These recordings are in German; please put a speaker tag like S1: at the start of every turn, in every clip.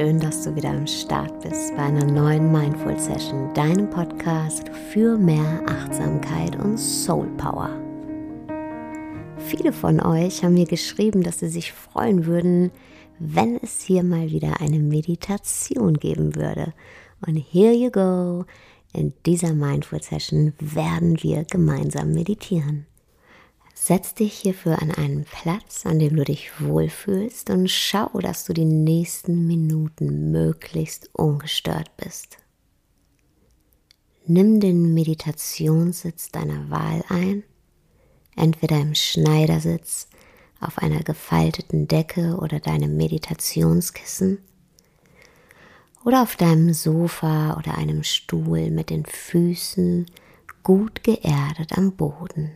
S1: schön, dass du wieder am Start bist bei einer neuen Mindful Session, deinem Podcast für mehr Achtsamkeit und Soul Power. Viele von euch haben mir geschrieben, dass sie sich freuen würden, wenn es hier mal wieder eine Meditation geben würde. Und here you go, in dieser Mindful Session werden wir gemeinsam meditieren. Setz dich hierfür an einen Platz, an dem du dich wohlfühlst und schau, dass du die nächsten Minuten möglichst ungestört bist. Nimm den Meditationssitz deiner Wahl ein, entweder im Schneidersitz, auf einer gefalteten Decke oder deinem Meditationskissen oder auf deinem Sofa oder einem Stuhl mit den Füßen gut geerdet am Boden.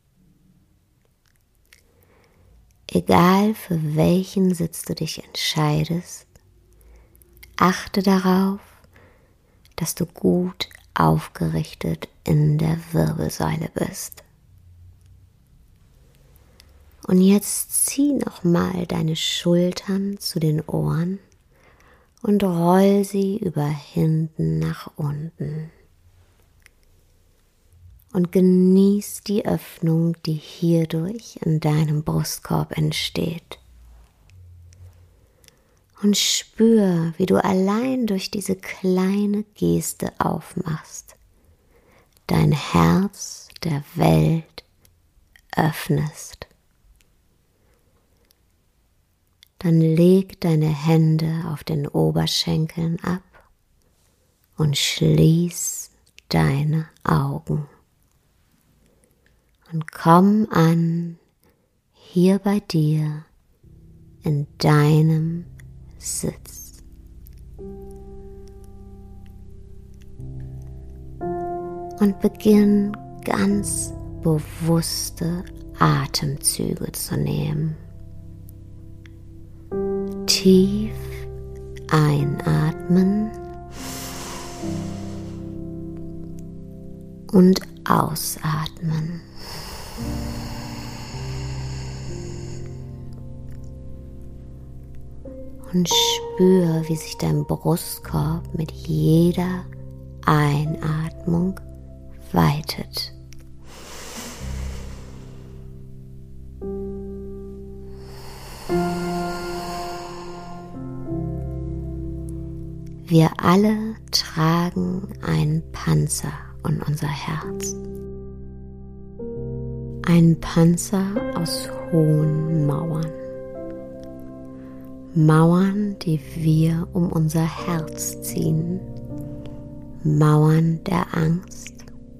S1: Egal für welchen Sitz du dich entscheidest, achte darauf, dass du gut aufgerichtet in der Wirbelsäule bist. Und jetzt zieh nochmal deine Schultern zu den Ohren und roll sie über hinten nach unten. Und genieß die Öffnung, die hierdurch in deinem Brustkorb entsteht. Und spür, wie du allein durch diese kleine Geste aufmachst, dein Herz der Welt öffnest. Dann leg deine Hände auf den Oberschenkeln ab und schließ deine Augen. Und komm an, hier bei dir, in deinem Sitz. Und beginn ganz bewusste Atemzüge zu nehmen. Tief einatmen und ausatmen. Und spür, wie sich dein Brustkorb mit jeder Einatmung weitet. Wir alle tragen einen Panzer um unser Herz. Ein Panzer aus hohen Mauern. Mauern, die wir um unser Herz ziehen. Mauern der Angst.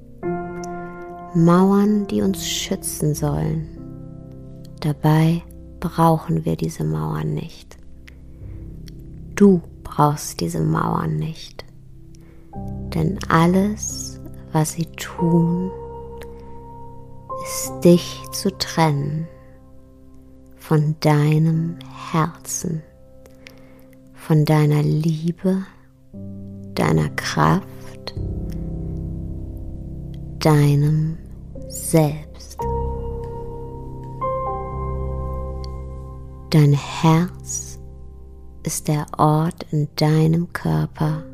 S1: Mauern, die uns schützen sollen. Dabei brauchen wir diese Mauern nicht. Du brauchst diese Mauern nicht. Denn alles, was sie tun, ist dich zu trennen von deinem Herzen, von deiner Liebe, deiner Kraft, deinem Selbst. Dein Herz ist der Ort in deinem Körper,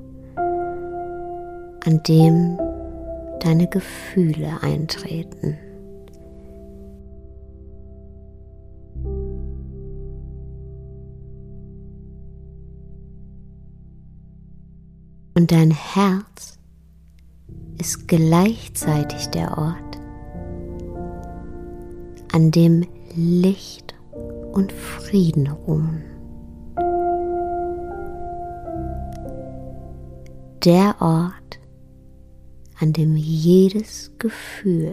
S1: an dem deine Gefühle eintreten. Und dein Herz ist gleichzeitig der Ort, an dem Licht und Frieden ruhen. Der Ort, an dem jedes Gefühl,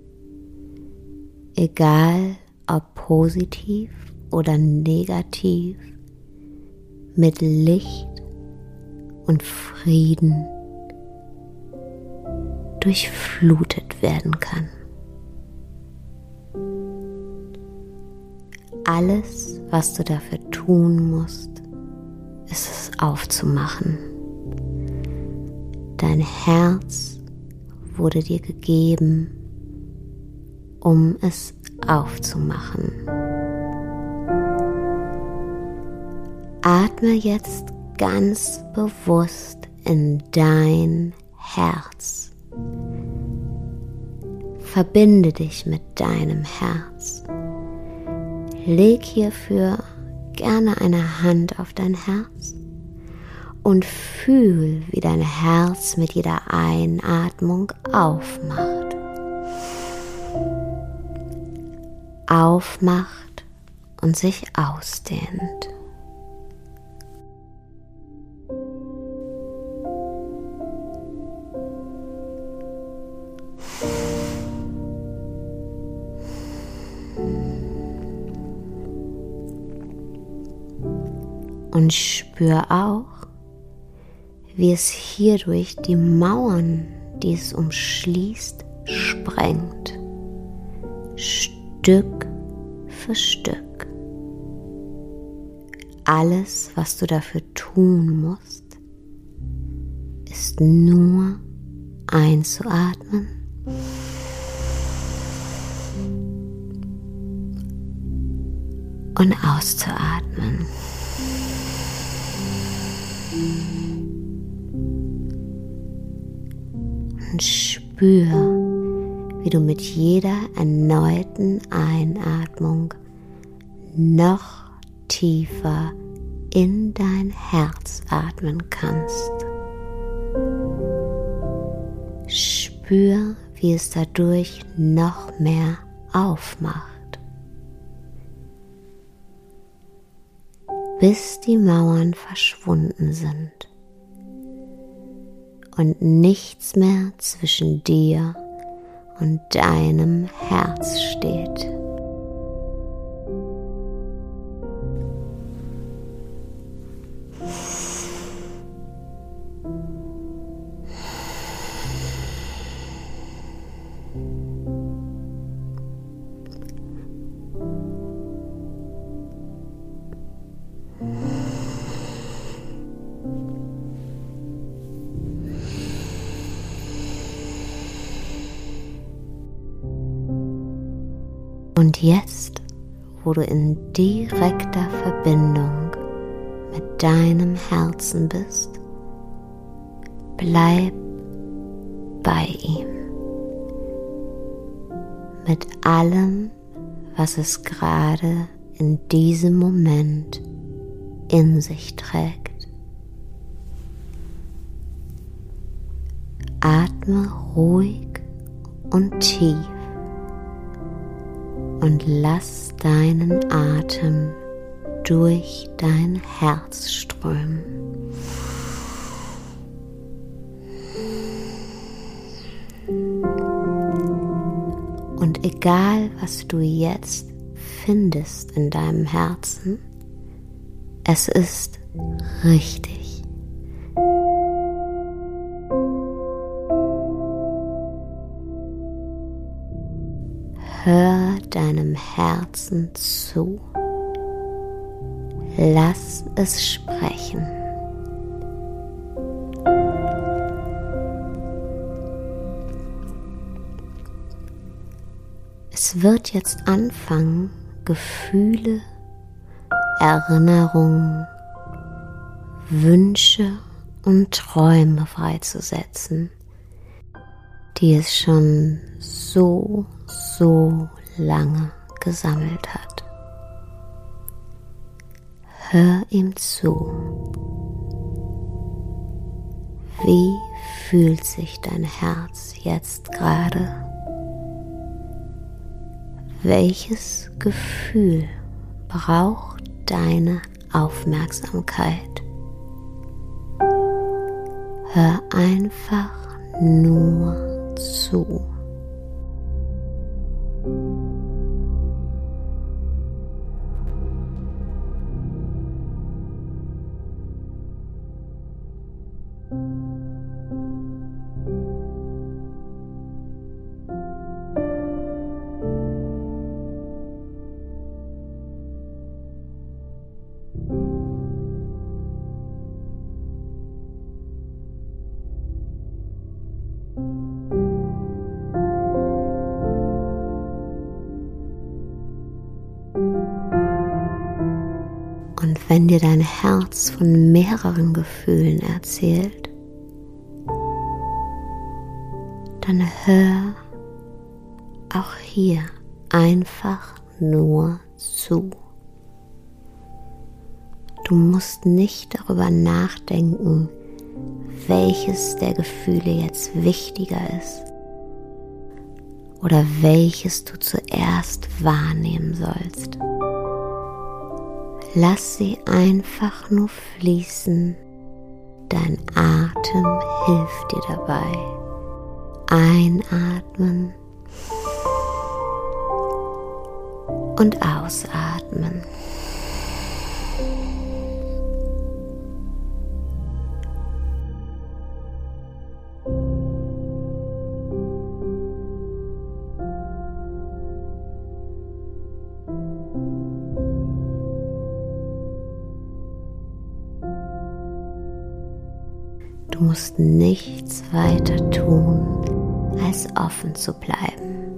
S1: egal ob positiv oder negativ, mit Licht und Frieden durchflutet werden kann. Alles, was du dafür tun musst, ist es aufzumachen. Dein Herz wurde dir gegeben, um es aufzumachen. Atme jetzt ganz bewusst in dein Herz. Verbinde dich mit deinem Herz. Leg hierfür gerne eine Hand auf dein Herz und fühl, wie dein Herz mit jeder Einatmung aufmacht. Aufmacht und sich ausdehnt. Und spür auch, wie es hierdurch die Mauern, die es umschließt, sprengt. Stück für Stück. Alles, was du dafür tun musst, ist nur einzuatmen und auszuatmen. Und spür, wie du mit jeder erneuten Einatmung noch tiefer in dein Herz atmen kannst. Spür, wie es dadurch noch mehr aufmacht, bis die Mauern verschwunden sind und nichts mehr zwischen dir und deinem Herz steht. Und jetzt, wo du in direkter Verbindung mit deinem Herzen bist, bleib bei ihm. Mit allem, was es gerade in diesem Moment in sich trägt. Atme ruhig und tief. Und lass deinen Atem durch dein Herz strömen. Und egal, was du jetzt findest in deinem Herzen, es ist richtig. Hör deinem Herzen zu. Lass es sprechen. Es wird jetzt anfangen, Gefühle, Erinnerungen, Wünsche und Träume freizusetzen, die es schon so lange gesammelt hat. Hör ihm zu. Wie fühlt sich dein Herz jetzt gerade? Welches Gefühl braucht deine Aufmerksamkeit? Hör einfach nur zu. Und wenn dir dein Herz von mehreren Gefühlen erzählt, dann hör auch hier einfach nur zu. Du musst nicht darüber nachdenken, welches der Gefühle jetzt wichtiger ist oder welches du zuerst wahrnehmen sollst. Lass sie einfach nur fließen. Dein Atem hilft dir dabei. Einatmen und ausatmen. Du musst nichts weiter tun, als offen zu bleiben.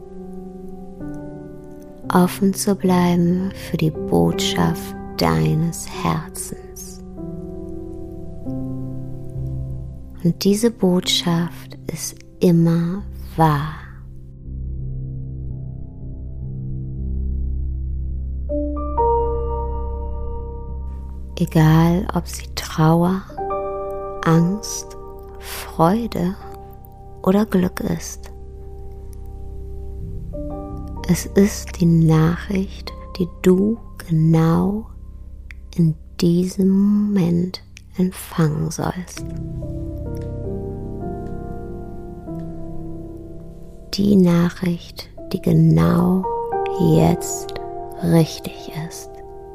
S1: Offen zu bleiben für die Botschaft deines Herzens. Und diese Botschaft ist immer wahr. Egal, ob sie Trauer, Angst, Freude oder Glück ist. Es ist die Nachricht, die du genau in diesem Moment empfangen sollst. Die Nachricht, die genau jetzt richtig ist.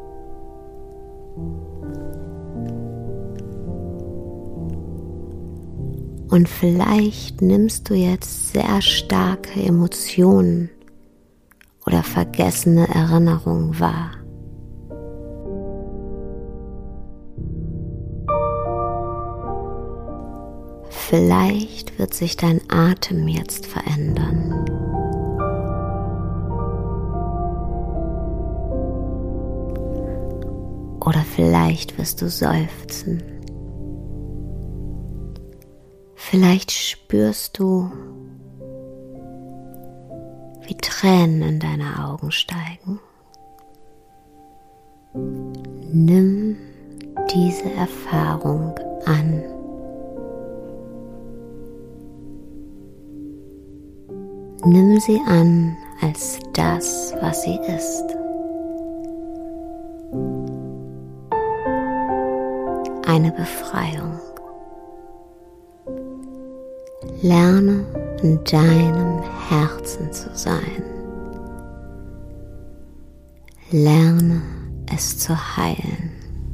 S1: Und vielleicht nimmst du jetzt sehr starke Emotionen oder vergessene Erinnerungen wahr. Vielleicht wird sich dein Atem jetzt verändern. Oder vielleicht wirst du seufzen. Vielleicht spürst du, wie Tränen in deine Augen steigen. Nimm diese Erfahrung an. Nimm sie an als das, was sie ist. Eine Befreiung. Lerne in deinem Herzen zu sein. Lerne es zu heilen.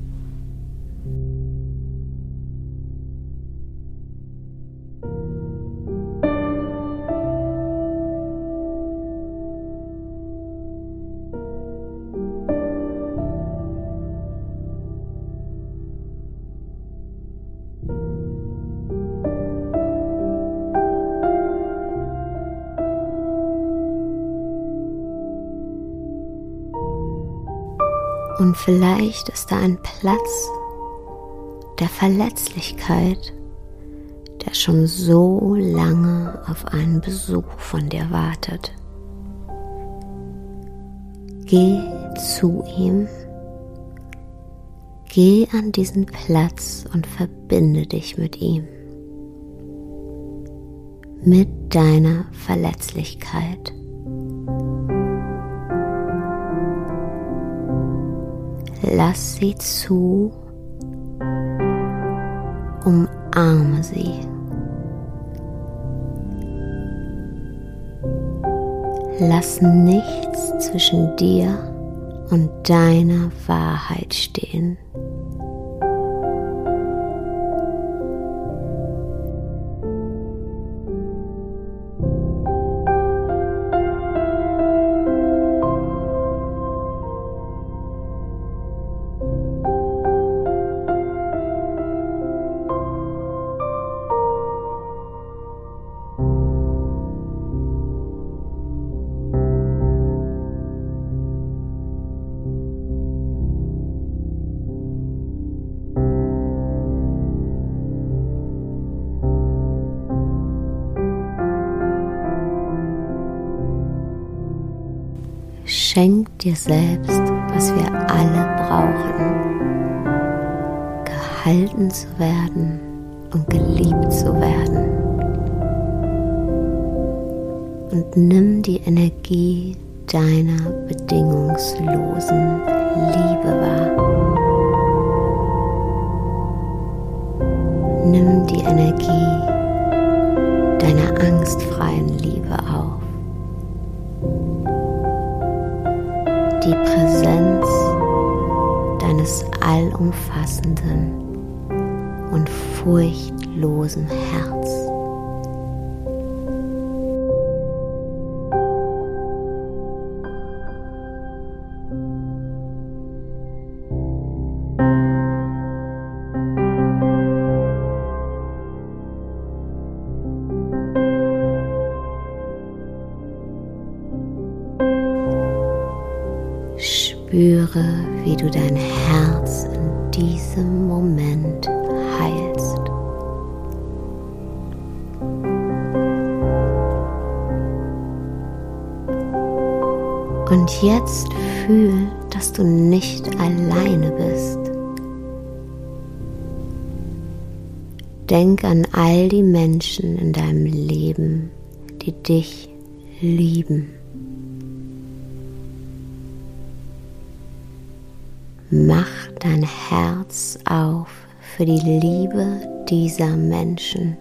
S1: Und vielleicht ist da ein Platz der Verletzlichkeit, der schon so lange auf einen Besuch von dir wartet. Geh zu ihm, geh an diesen Platz und verbinde dich mit ihm, mit deiner Verletzlichkeit. Lass sie zu, umarme sie. Lass nichts zwischen dir und deiner Wahrheit stehen. Schenk dir selbst, was wir alle brauchen, gehalten zu werden und geliebt zu werden. Und nimm die Energie deiner bedingungslosen Liebe wahr. Nimm die Energie deiner angstfreien Liebe auf. Die Präsenz deines allumfassenden und furchtlosen Herzens. Spüre, wie du dein Herz in diesem Moment heilst. Und jetzt fühl, dass du nicht alleine bist. Denk an all die Menschen in deinem Leben, die dich lieben. Mach dein Herz auf für die Liebe dieser Menschen.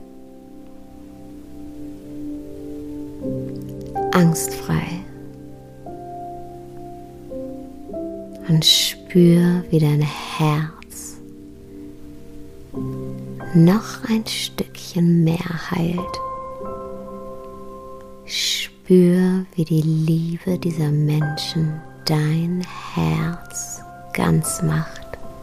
S1: Angstfrei. Und spür, wie dein Herz noch ein Stückchen mehr heilt. Spür, wie die Liebe dieser Menschen dein Herz ganz macht.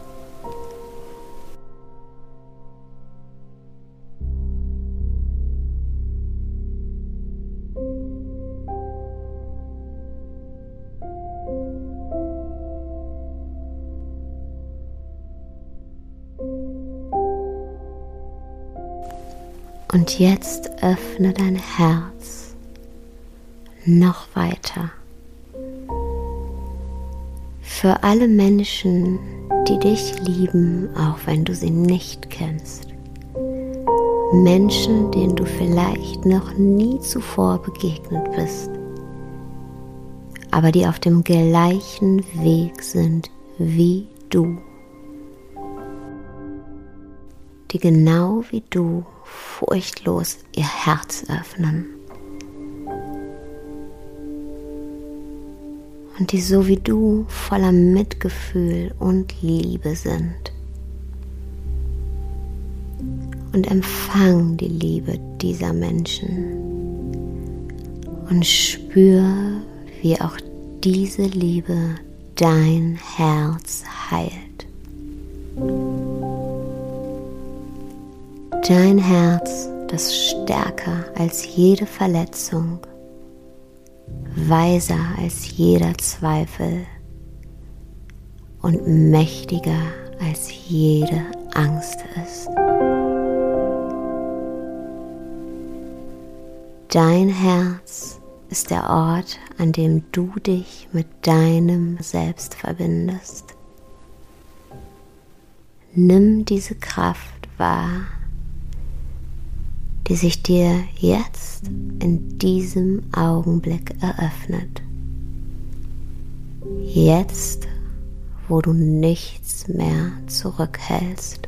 S1: Und jetzt öffne dein Herz noch weiter. Für alle Menschen, die dich lieben, auch wenn du sie nicht kennst. Menschen, denen du vielleicht noch nie zuvor begegnet bist, aber die auf dem gleichen Weg sind wie du. Die genau wie du furchtlos ihr Herz öffnen. Und die so wie du voller Mitgefühl und Liebe sind. Und empfang die Liebe dieser Menschen. Und spür, wie auch diese Liebe dein Herz heilt. Dein Herz, das stärker als jede Verletzung, weiser als jeder Zweifel und mächtiger als jede Angst ist. Dein Herz ist der Ort, an dem du dich mit deinem Selbst verbindest. Nimm diese Kraft wahr, die sich dir jetzt in diesem Augenblick eröffnet. Jetzt, wo du nichts mehr zurückhältst.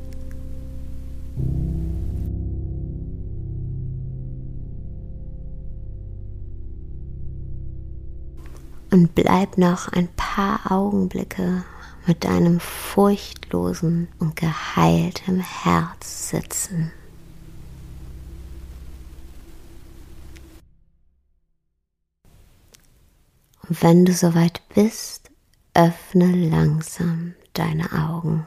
S1: Und bleib noch ein paar Augenblicke mit deinem furchtlosen und geheilten Herz sitzen. Und wenn du soweit bist, öffne langsam deine Augen.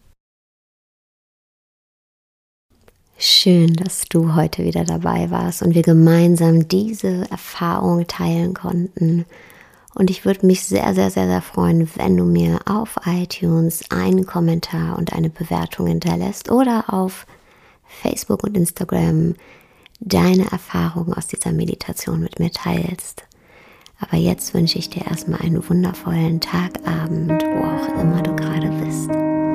S1: Schön, dass du heute wieder dabei warst und wir gemeinsam diese Erfahrung teilen konnten. Und ich würde mich sehr, sehr, sehr, sehr freuen, wenn du mir auf iTunes einen Kommentar und eine Bewertung hinterlässt oder auf Facebook und Instagram deine Erfahrungen aus dieser Meditation mit mir teilst. Aber jetzt wünsche ich dir erstmal einen wundervollen Tag, Abend, wo auch immer du gerade bist.